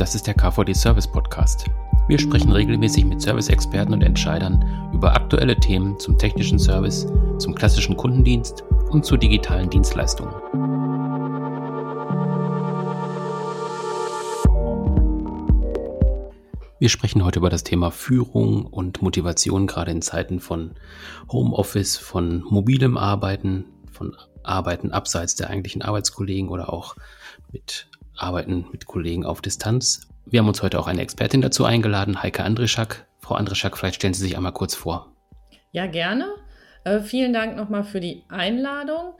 Das ist der KVD Service Podcast. Wir sprechen regelmäßig mit Service-Experten und Entscheidern über aktuelle Themen zum technischen Service, zum klassischen Kundendienst und zu digitalen Dienstleistungen. Wir sprechen heute über das Thema Führung und Motivation, gerade in Zeiten von Homeoffice, von mobilem Arbeiten, von Arbeiten abseits der eigentlichen Arbeitskollegen oder auch mit Arbeiten mit Kollegen auf Distanz. Wir haben uns heute auch eine Expertin dazu eingeladen, Heike Andrischak. Frau Andrischak, vielleicht stellen Sie sich einmal kurz vor. Ja, gerne. Vielen Dank nochmal für die Einladung.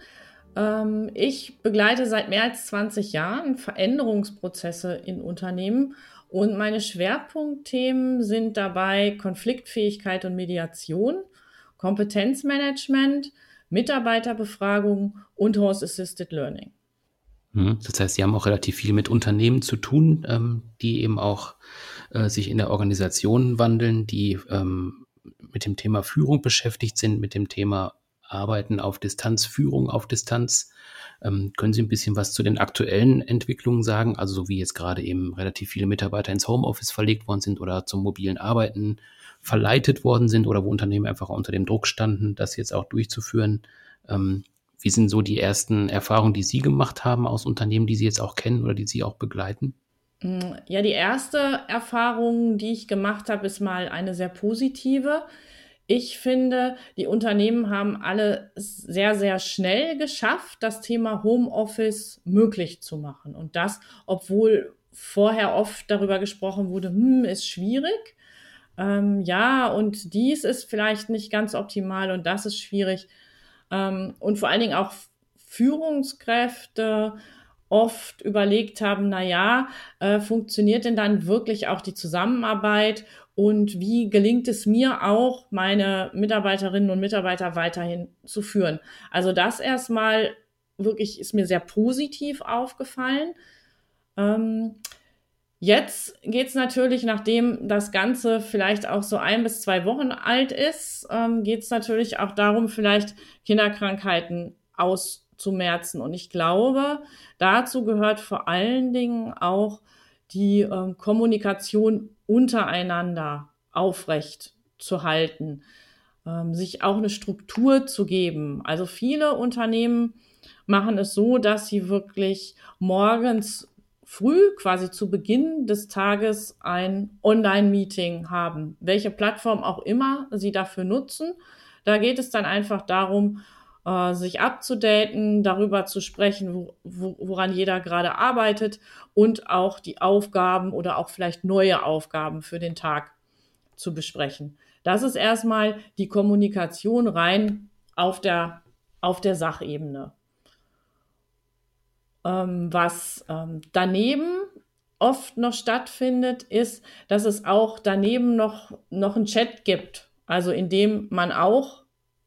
Ich begleite seit mehr als 20 Jahren Veränderungsprozesse in Unternehmen und meine Schwerpunktthemen sind dabei Konfliktfähigkeit und Mediation, Kompetenzmanagement, Mitarbeiterbefragung und Host-Assisted Learning. Das heißt, Sie haben auch relativ viel mit Unternehmen zu tun, die eben auch sich in der Organisation wandeln, die mit dem Thema Führung beschäftigt sind, mit dem Thema Arbeiten auf Distanz, Führung auf Distanz. Können Sie ein bisschen was zu den aktuellen Entwicklungen sagen? Also so wie jetzt gerade eben relativ viele Mitarbeiter ins Homeoffice verlegt worden sind oder zum mobilen Arbeiten verleitet worden sind oder wo Unternehmen einfach unter dem Druck standen, das jetzt auch durchzuführen. Wie sind so die ersten Erfahrungen, die Sie gemacht haben aus Unternehmen, die Sie jetzt auch kennen oder die Sie auch begleiten? Ja, die erste Erfahrung, die ich gemacht habe, ist mal eine sehr positive. Ich finde, die Unternehmen haben alle sehr, sehr schnell geschafft, das Thema Homeoffice möglich zu machen. Und das, obwohl vorher oft darüber gesprochen wurde, ist schwierig. Ja, und dies ist vielleicht nicht ganz optimal und das ist schwierig. Und vor allen Dingen auch Führungskräfte oft überlegt haben, funktioniert denn dann wirklich auch die Zusammenarbeit und wie gelingt es mir auch, meine Mitarbeiterinnen und Mitarbeiter weiterhin zu führen? Also das erstmal wirklich ist mir sehr positiv aufgefallen. Jetzt geht's natürlich, nachdem das Ganze vielleicht auch so 1 bis 2 Wochen alt ist, geht's natürlich auch darum, vielleicht Kinderkrankheiten auszumerzen. Und ich glaube, dazu gehört vor allen Dingen auch die Kommunikation untereinander aufrecht zu halten, sich auch eine Struktur zu geben. Also viele Unternehmen machen es so, dass sie wirklich morgens früh, quasi zu Beginn des Tages, ein Online-Meeting haben, welche Plattform auch immer sie dafür nutzen. Da geht es dann einfach darum, sich abzudaten, darüber zu sprechen, woran jeder gerade arbeitet und auch die Aufgaben oder auch vielleicht neue Aufgaben für den Tag zu besprechen. Das ist erstmal die Kommunikation rein auf der Sachebene. Was daneben oft noch stattfindet, ist, dass es auch daneben noch einen Chat gibt, also in dem man auch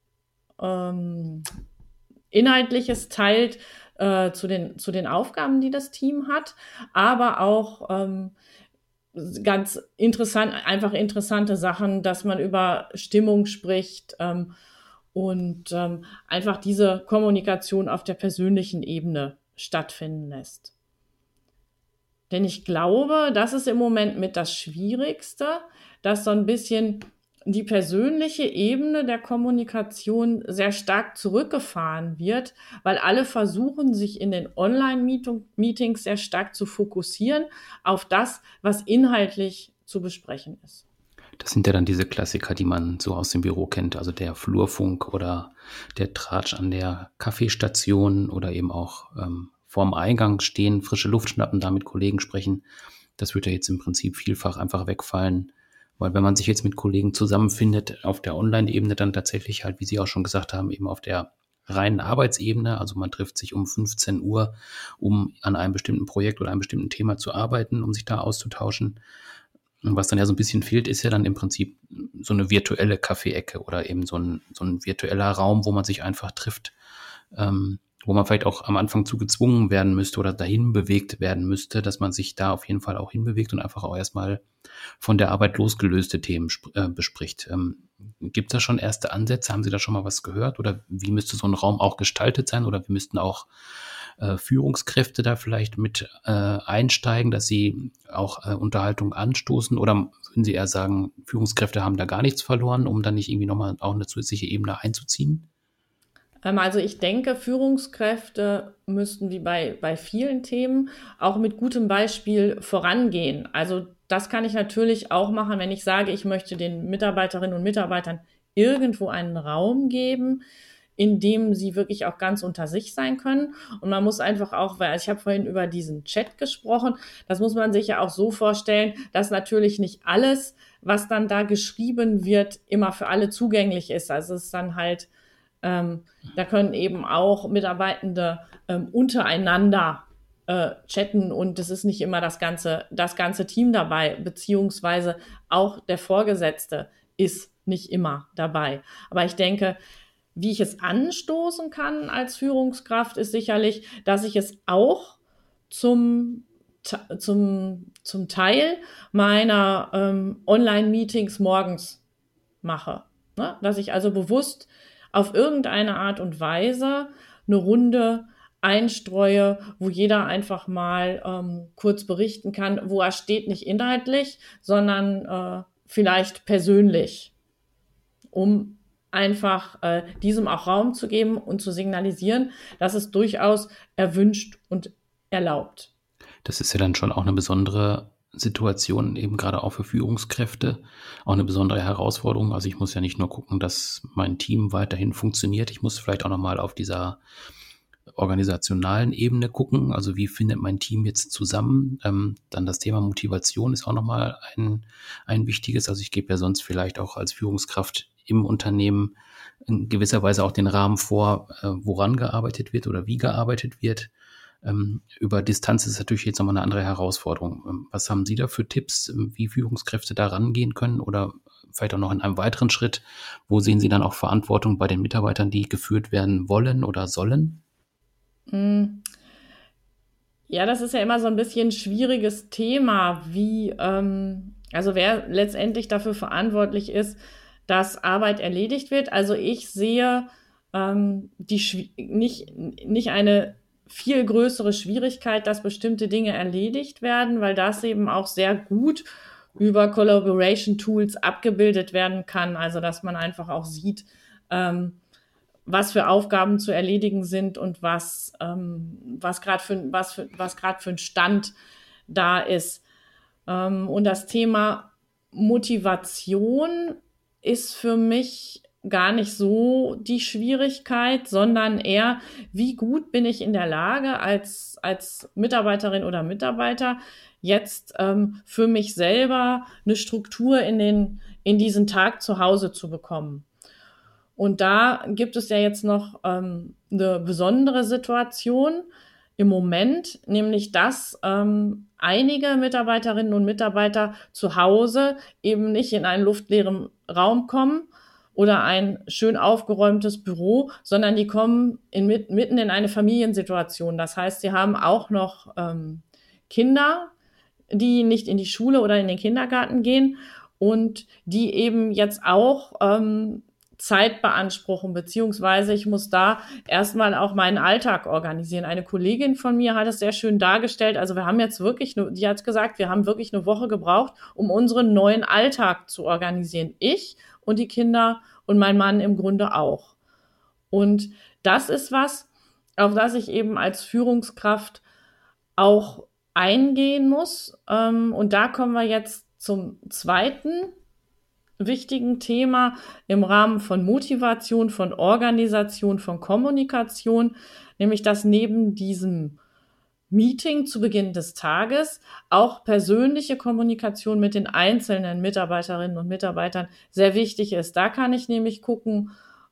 Inhaltliches teilt zu den Aufgaben, die das Team hat, aber auch ganz interessante Sachen, dass man über Stimmung spricht und einfach diese Kommunikation auf der persönlichen Ebene stattfinden lässt. Denn ich glaube, das ist im Moment mit das Schwierigste, dass so ein bisschen die persönliche Ebene der Kommunikation sehr stark zurückgefahren wird, weil alle versuchen, sich in den Online-Meetings sehr stark zu fokussieren auf das, was inhaltlich zu besprechen ist. Das sind ja dann diese Klassiker, die man so aus dem Büro kennt, also der Flurfunk oder der Tratsch an der Kaffeestation oder eben auch vorm Eingang stehen, frische Luft schnappen, da mit Kollegen sprechen. Das wird ja jetzt im Prinzip vielfach einfach wegfallen, weil wenn man sich jetzt mit Kollegen zusammenfindet, auf der Online-Ebene dann tatsächlich halt, wie Sie auch schon gesagt haben, eben auf der reinen Arbeitsebene, also man trifft sich um 15 Uhr, um an einem bestimmten Projekt oder einem bestimmten Thema zu arbeiten, um sich da auszutauschen. Und was dann ja so ein bisschen fehlt, ist ja dann im Prinzip so eine virtuelle Kaffeeecke oder eben so ein virtueller Raum, wo man sich einfach trifft, wo man vielleicht auch am Anfang zu gezwungen werden müsste oder dahin bewegt werden müsste, dass man sich da auf jeden Fall auch hinbewegt und einfach auch erstmal von der Arbeit losgelöste Themen bespricht. Gibt es da schon erste Ansätze? Haben Sie da schon mal was gehört? Oder wie müsste so ein Raum auch gestaltet sein? Oder wie müssten auch Führungskräfte da vielleicht mit einsteigen, dass sie auch Unterhaltung anstoßen? Oder würden Sie eher sagen, Führungskräfte haben da gar nichts verloren, um dann nicht irgendwie nochmal auch eine zusätzliche Ebene einzuziehen? Also ich denke, Führungskräfte müssten wie bei vielen Themen auch mit gutem Beispiel vorangehen. Also das kann ich natürlich auch machen, wenn ich sage, ich möchte den Mitarbeiterinnen und Mitarbeitern irgendwo einen Raum geben, in dem sie wirklich auch ganz unter sich sein können. Und man muss einfach auch, weil ich habe vorhin über diesen Chat gesprochen, das muss man sich ja auch so vorstellen, dass natürlich nicht alles, was dann da geschrieben wird, immer für alle zugänglich ist. Also es ist dann halt da können eben auch Mitarbeitende untereinander chatten und es ist nicht immer das ganze Team dabei, beziehungsweise auch der Vorgesetzte ist nicht immer dabei. Aber ich denke, wie ich es anstoßen kann als Führungskraft, ist sicherlich, dass ich es auch zum Teil meiner Online-Meetings morgens mache. Ne? Dass ich also bewusst auf irgendeine Art und Weise eine Runde einstreue, wo jeder einfach mal kurz berichten kann, wo er steht, nicht inhaltlich, sondern vielleicht persönlich, um einfach diesem auch Raum zu geben und zu signalisieren, dass es durchaus erwünscht und erlaubt. Das ist ja dann schon auch eine besondere Situation, eben gerade auch für Führungskräfte, auch eine besondere Herausforderung. Also ich muss ja nicht nur gucken, dass mein Team weiterhin funktioniert, ich muss vielleicht auch nochmal auf dieser organisationalen Ebene gucken, also wie findet mein Team jetzt zusammen. Dann das Thema Motivation ist auch nochmal ein wichtiges, also ich gebe ja sonst vielleicht auch als Führungskraft im Unternehmen in gewisser Weise auch den Rahmen vor, woran gearbeitet wird oder wie gearbeitet wird. Über Distanz ist natürlich jetzt nochmal eine andere Herausforderung. Was haben Sie da für Tipps, wie Führungskräfte da rangehen können oder vielleicht auch noch in einem weiteren Schritt, wo sehen Sie dann auch Verantwortung bei den Mitarbeitern, die geführt werden wollen oder sollen? Ja, das ist ja immer so ein bisschen ein schwieriges Thema, also wer letztendlich dafür verantwortlich ist, dass Arbeit erledigt wird. Also ich sehe nicht eine viel größere Schwierigkeit, dass bestimmte Dinge erledigt werden, weil das eben auch sehr gut über Collaboration Tools abgebildet werden kann. Also dass man einfach auch sieht, was für Aufgaben zu erledigen sind und was gerade für ein Stand da ist. Und das Thema Motivation ist für mich gar nicht so die Schwierigkeit, sondern eher, wie gut bin ich in der Lage, als Mitarbeiterin oder Mitarbeiter jetzt für mich selber eine Struktur in diesen Tag zu Hause zu bekommen. Und da gibt es ja jetzt noch eine besondere Situation im Moment, nämlich dass einige Mitarbeiterinnen und Mitarbeiter zu Hause eben nicht in einen luftleeren Raum kommen oder ein schön aufgeräumtes Büro, sondern die kommen mitten in eine Familiensituation. Das heißt, sie haben auch noch Kinder, die nicht in die Schule oder in den Kindergarten gehen und die eben jetzt auch Zeit beanspruchen, beziehungsweise ich muss da erstmal auch meinen Alltag organisieren. Eine Kollegin von mir hat es sehr schön dargestellt. Also wir haben jetzt wirklich, die hat gesagt, wir haben wirklich eine Woche gebraucht, um unseren neuen Alltag zu organisieren. Ich und die Kinder und mein Mann im Grunde auch. Und das ist was, auf das ich eben als Führungskraft auch eingehen muss. Und da kommen wir jetzt zum zweiten wichtigen Thema im Rahmen von Motivation, von Organisation, von Kommunikation, nämlich dass neben diesem Meeting zu Beginn des Tages auch persönliche Kommunikation mit den einzelnen Mitarbeiterinnen und Mitarbeitern sehr wichtig ist. Da kann ich nämlich gucken,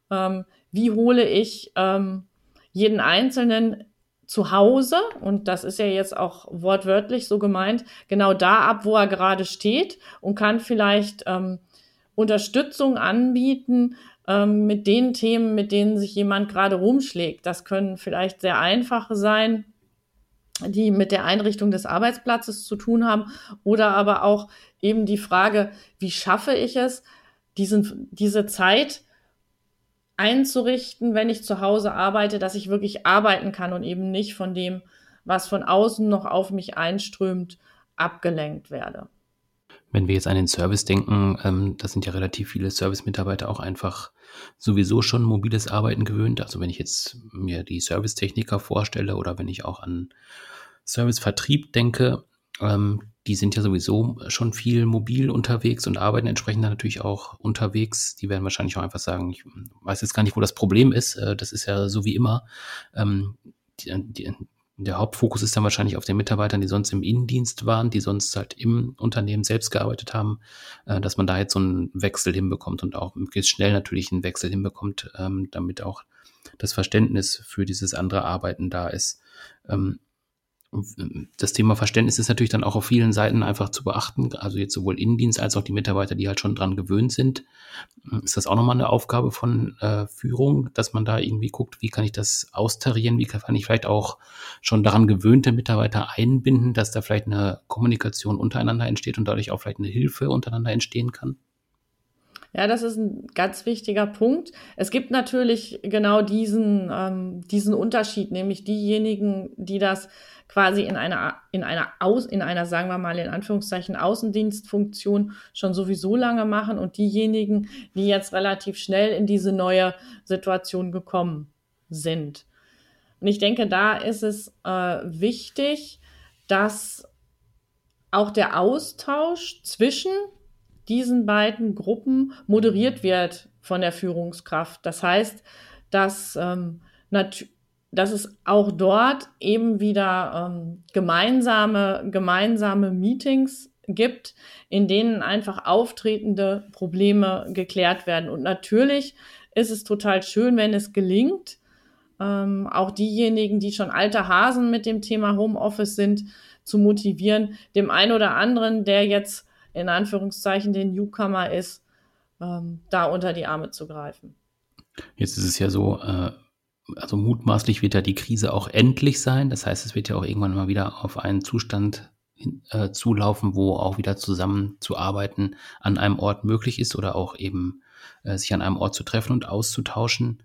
wie hole ich jeden Einzelnen zu Hause, und das ist ja jetzt auch wortwörtlich so gemeint, genau da ab, wo er gerade steht und kann vielleicht Unterstützung anbieten mit den Themen, mit denen sich jemand gerade rumschlägt. Das können vielleicht sehr einfache sein, die mit der Einrichtung des Arbeitsplatzes zu tun haben, oder aber auch eben die Frage, wie schaffe ich es, diese Zeit einzurichten, wenn ich zu Hause arbeite, dass ich wirklich arbeiten kann und eben nicht von dem, was von außen noch auf mich einströmt, abgelenkt werde. Wenn wir jetzt an den Service denken, da sind ja relativ viele Service-Mitarbeiter auch einfach sowieso schon mobiles Arbeiten gewöhnt. Also wenn ich jetzt mir die Servicetechniker vorstelle oder wenn ich auch an Servicevertrieb denke, die sind ja sowieso schon viel mobil unterwegs und arbeiten entsprechend dann natürlich auch unterwegs. Die werden wahrscheinlich auch einfach sagen, ich weiß jetzt gar nicht, wo das Problem ist. Das ist ja so wie immer. Ähm, die, Der Hauptfokus ist dann wahrscheinlich auf den Mitarbeitern, die sonst im Innendienst waren, die sonst halt im Unternehmen selbst gearbeitet haben, dass man da jetzt so einen Wechsel hinbekommt und auch möglichst schnell natürlich einen Wechsel hinbekommt, damit auch das Verständnis für dieses andere Arbeiten da ist. Das Thema Verständnis ist natürlich dann auch auf vielen Seiten einfach zu beachten, also jetzt sowohl Innendienst als auch die Mitarbeiter, die halt schon dran gewöhnt sind. Ist das auch nochmal eine Aufgabe von Führung, dass man da irgendwie guckt, wie kann ich das austarieren, wie kann ich vielleicht auch schon daran gewöhnte Mitarbeiter einbinden, dass da vielleicht eine Kommunikation untereinander entsteht und dadurch auch vielleicht eine Hilfe untereinander entstehen kann? Ja, das ist ein ganz wichtiger Punkt. Es gibt natürlich genau diesen Unterschied, nämlich diejenigen, die das quasi in einer, sagen wir mal, in Anführungszeichen, Außendienstfunktion schon sowieso lange machen und diejenigen, die jetzt relativ schnell in diese neue Situation gekommen sind. Und ich denke, da ist es wichtig, dass auch der Austausch zwischen diesen beiden Gruppen moderiert wird von der Führungskraft. Das heißt, dass, dass es auch dort eben wieder gemeinsame Meetings gibt, in denen einfach auftretende Probleme geklärt werden. Und natürlich ist es total schön, wenn es gelingt, auch diejenigen, die schon alte Hasen mit dem Thema Homeoffice sind, zu motivieren, dem einen oder anderen, der jetzt in Anführungszeichen den Newcomer ist, da unter die Arme zu greifen. Jetzt ist es ja so, also mutmaßlich wird ja die Krise auch endlich sein. Das heißt, es wird ja auch irgendwann mal wieder auf einen Zustand zulaufen, wo auch wieder zusammenzuarbeiten an einem Ort möglich ist oder auch eben sich an einem Ort zu treffen und auszutauschen.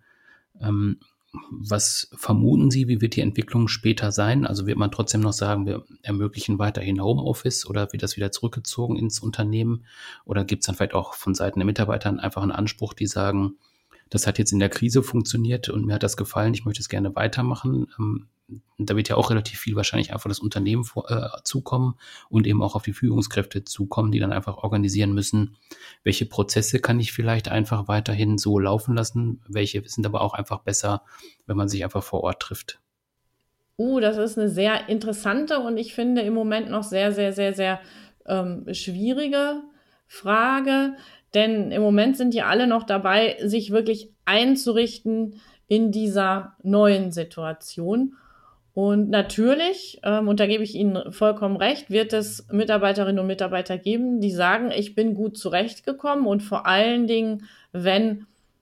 Was vermuten Sie, wie wird die Entwicklung später sein? Also wird man trotzdem noch sagen, wir ermöglichen weiterhin Homeoffice oder wird das wieder zurückgezogen ins Unternehmen? Oder gibt es dann vielleicht auch von Seiten der Mitarbeiter einfach einen Anspruch, die sagen, das hat jetzt in der Krise funktioniert und mir hat das gefallen, ich möchte es gerne weitermachen. Da wird ja auch relativ viel wahrscheinlich einfach das Unternehmen zukommen und eben auch auf die Führungskräfte zukommen, die dann einfach organisieren müssen, welche Prozesse kann ich vielleicht einfach weiterhin so laufen lassen, welche sind aber auch einfach besser, wenn man sich einfach vor Ort trifft. Das ist eine sehr interessante und ich finde im Moment noch sehr, sehr, sehr, sehr schwierige Frage, denn im Moment sind ja alle noch dabei, sich wirklich einzurichten in dieser neuen Situation. Und natürlich, und da gebe ich Ihnen vollkommen recht, wird es Mitarbeiterinnen und Mitarbeiter geben, die sagen, ich bin gut zurechtgekommen und vor allen Dingen, wenn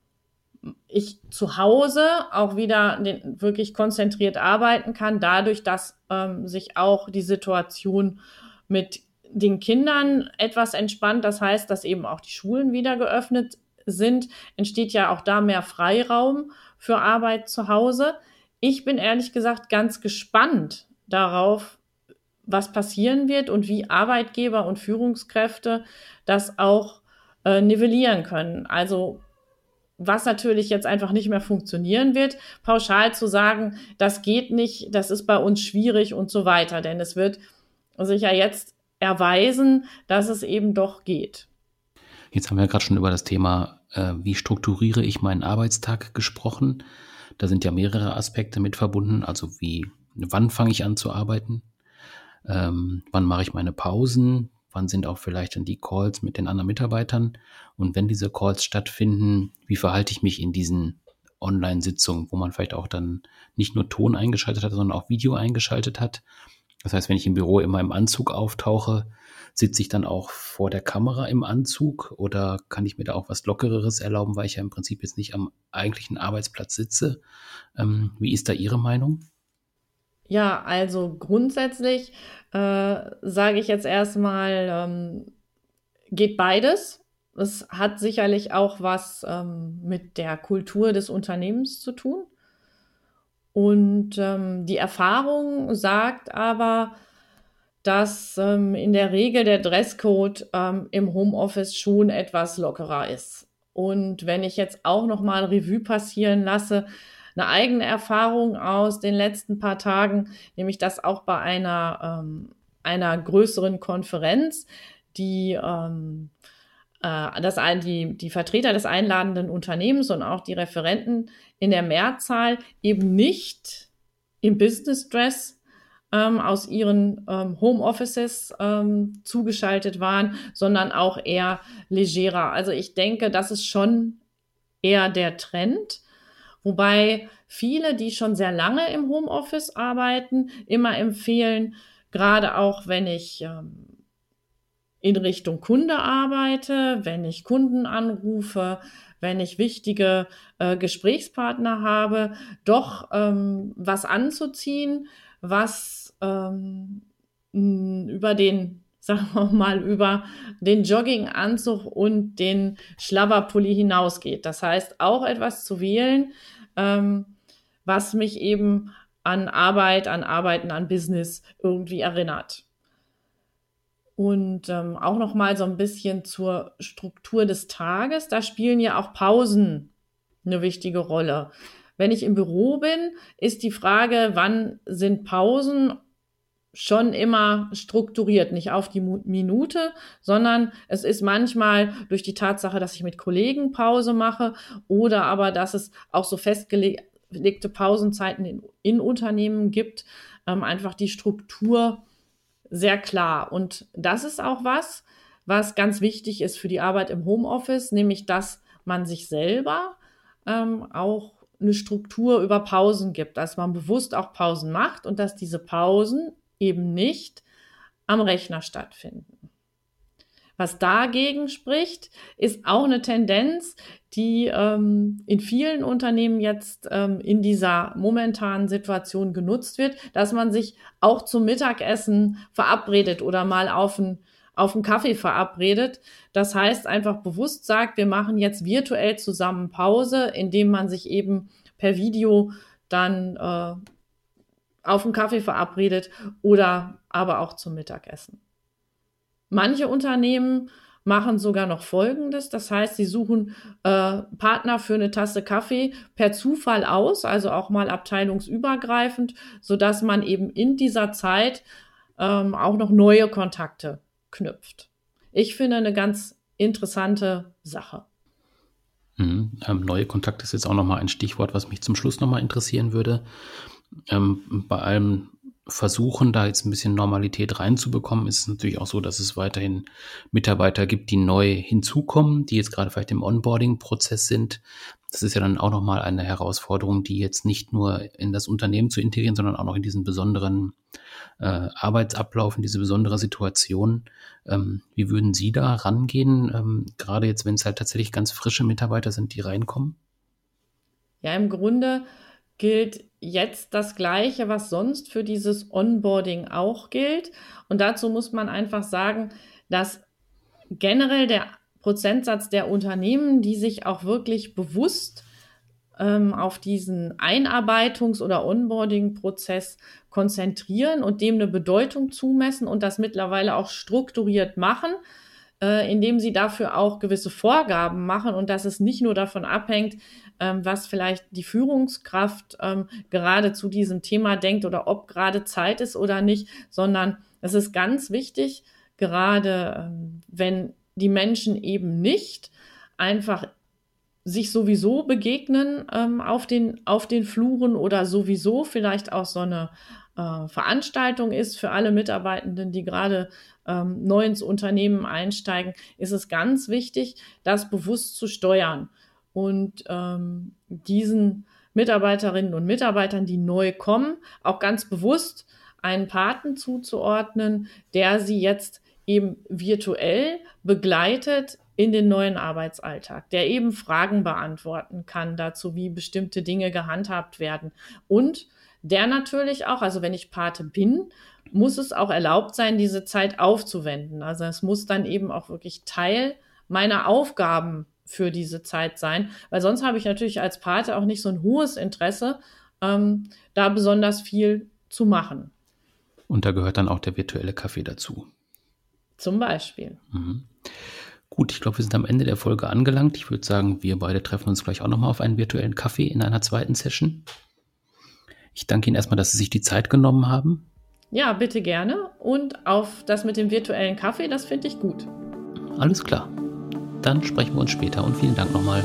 ich zu Hause auch wieder wirklich konzentriert arbeiten kann, dadurch, dass sich auch die Situation mit den Kindern etwas entspannt. Das heißt, dass eben auch die Schulen wieder geöffnet sind, entsteht ja auch da mehr Freiraum für Arbeit zu Hause. Ich bin ehrlich gesagt ganz gespannt darauf, was passieren wird und wie Arbeitgeber und Führungskräfte das auch nivellieren können. Also was natürlich jetzt einfach nicht mehr funktionieren wird, pauschal zu sagen, das geht nicht, das ist bei uns schwierig und so weiter. Denn es wird sich ja jetzt erweisen, dass es eben doch geht. Jetzt haben wir ja gerade schon über das Thema, wie strukturiere ich meinen Arbeitstag gesprochen. Da sind ja mehrere Aspekte mit verbunden. Also wann fange ich an zu arbeiten? Wann mache ich meine Pausen? Wann sind auch vielleicht dann die Calls mit den anderen Mitarbeitern? Und wenn diese Calls stattfinden, wie verhalte ich mich in diesen Online-Sitzungen, wo man vielleicht auch dann nicht nur Ton eingeschaltet hat, sondern auch Video eingeschaltet hat? Das heißt, wenn ich im Büro immer im Anzug auftauche, sitze ich dann auch vor der Kamera im Anzug oder kann ich mir da auch was Lockereres erlauben, weil ich ja im Prinzip jetzt nicht am eigentlichen Arbeitsplatz sitze? Wie ist da Ihre Meinung? Ja, also grundsätzlich sage ich jetzt erstmal, geht beides. es hat sicherlich auch was mit der Kultur des Unternehmens zu tun. Und die Erfahrung sagt aber, dass in der Regel der Dresscode im Homeoffice schon etwas lockerer ist. Und wenn ich jetzt auch noch mal Revue passieren lasse, eine eigene Erfahrung aus den letzten paar Tagen, nämlich dass auch bei einer größeren Konferenz, die die Vertreter des einladenden Unternehmens und auch die Referenten in der Mehrzahl eben nicht im Business Dress aus ihren Homeoffices zugeschaltet waren, sondern auch eher legerer. Also ich denke, das ist schon eher der Trend, wobei viele, die schon sehr lange im Homeoffice arbeiten, immer empfehlen, gerade auch wenn ich in Richtung Kunde arbeite, wenn ich Kunden anrufe, wenn ich wichtige Gesprächspartner habe, doch was anzuziehen, was über den, sagen wir mal, über den Jogginganzug und den Schlabberpulli hinausgeht. Das heißt, auch etwas zu wählen, was mich eben an Arbeit, an Arbeiten, an Business irgendwie erinnert. Und auch noch mal so ein bisschen zur Struktur des Tages. Da spielen ja auch Pausen eine wichtige Rolle. Wenn ich im Büro bin, ist die Frage, wann sind Pausen, schon immer strukturiert, nicht auf die Minute, sondern es ist manchmal durch die Tatsache, dass ich mit Kollegen Pause mache oder aber, dass es auch so festgelegte Pausenzeiten in Unternehmen gibt, einfach die Struktur sehr klar. Und das ist auch was ganz wichtig ist für die Arbeit im Homeoffice, nämlich dass man sich selber auch eine Struktur über Pausen gibt, dass man bewusst auch Pausen macht und dass diese Pausen eben nicht am Rechner stattfinden. Was dagegen spricht, ist auch eine Tendenz, die in vielen Unternehmen jetzt in dieser momentanen Situation genutzt wird, dass man sich auch zum Mittagessen verabredet oder mal auf einen Kaffee verabredet. Das heißt, einfach bewusst sagt, wir machen jetzt virtuell zusammen Pause, indem man sich eben per Video dann auf einen Kaffee verabredet oder aber auch zum Mittagessen. Manche Unternehmen machen sogar noch Folgendes. Das heißt, sie suchen Partner für eine Tasse Kaffee per Zufall aus, also auch mal abteilungsübergreifend, sodass man eben in dieser Zeit auch noch neue Kontakte knüpft. Ich finde eine ganz interessante Sache. Neue Kontakte ist jetzt auch nochmal ein Stichwort, was mich zum Schluss nochmal interessieren würde. Bei allem Versuchen, da jetzt ein bisschen Normalität reinzubekommen, ist es natürlich auch so, dass es weiterhin Mitarbeiter gibt, die neu hinzukommen, die jetzt gerade vielleicht im Onboarding-Prozess sind. Das ist ja dann auch nochmal eine Herausforderung, die jetzt nicht nur in das Unternehmen zu integrieren, sondern auch noch in diesen besonderen Arbeitsablauf, in diese besondere Situation. Wie würden Sie da rangehen, gerade jetzt, wenn es halt tatsächlich ganz frische Mitarbeiter sind, die reinkommen? Ja, im Grunde gilt jetzt das Gleiche, was sonst für dieses Onboarding auch gilt. Und dazu muss man einfach sagen, dass generell der Prozentsatz der Unternehmen, die sich auch wirklich bewusst auf diesen Einarbeitungs- oder Onboarding-Prozess konzentrieren und dem eine Bedeutung zumessen und das mittlerweile auch strukturiert machen, indem sie dafür auch gewisse Vorgaben machen und dass es nicht nur davon abhängt, was vielleicht die Führungskraft gerade zu diesem Thema denkt oder ob gerade Zeit ist oder nicht, sondern es ist ganz wichtig, gerade wenn die Menschen eben nicht einfach sich sowieso begegnen auf den Fluren oder sowieso vielleicht auch so eine Veranstaltung ist für alle Mitarbeitenden, die gerade neu ins Unternehmen einsteigen, ist es ganz wichtig, das bewusst zu steuern und diesen Mitarbeiterinnen und Mitarbeitern, die neu kommen, auch ganz bewusst einen Paten zuzuordnen, der sie jetzt eben virtuell begleitet in den neuen Arbeitsalltag, der eben Fragen beantworten kann dazu, wie bestimmte Dinge gehandhabt werden. Und der natürlich auch, also wenn ich Pate bin, muss es auch erlaubt sein, diese Zeit aufzuwenden. Also es muss dann eben auch wirklich Teil meiner Aufgaben für diese Zeit sein, weil sonst habe ich natürlich als Pate auch nicht so ein hohes Interesse, da besonders viel zu machen. Und da gehört dann auch der virtuelle Kaffee dazu. Zum Beispiel. Gut, ich glaube, wir sind am Ende der Folge angelangt. Ich würde sagen, wir beide treffen uns gleich auch nochmal auf einen virtuellen Kaffee in einer zweiten Session. Ich danke Ihnen erstmal, dass Sie sich die Zeit genommen haben. Ja, bitte gerne. Und auf das mit dem virtuellen Kaffee, das finde ich gut. Alles klar. Dann sprechen wir uns später und vielen Dank nochmal.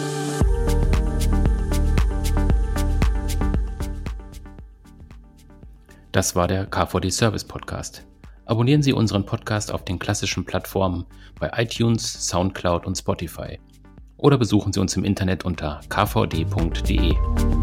Das war der KVD Service Podcast. Abonnieren Sie unseren Podcast auf den klassischen Plattformen bei iTunes, Soundcloud und Spotify. Oder besuchen Sie uns im Internet unter kvd.de.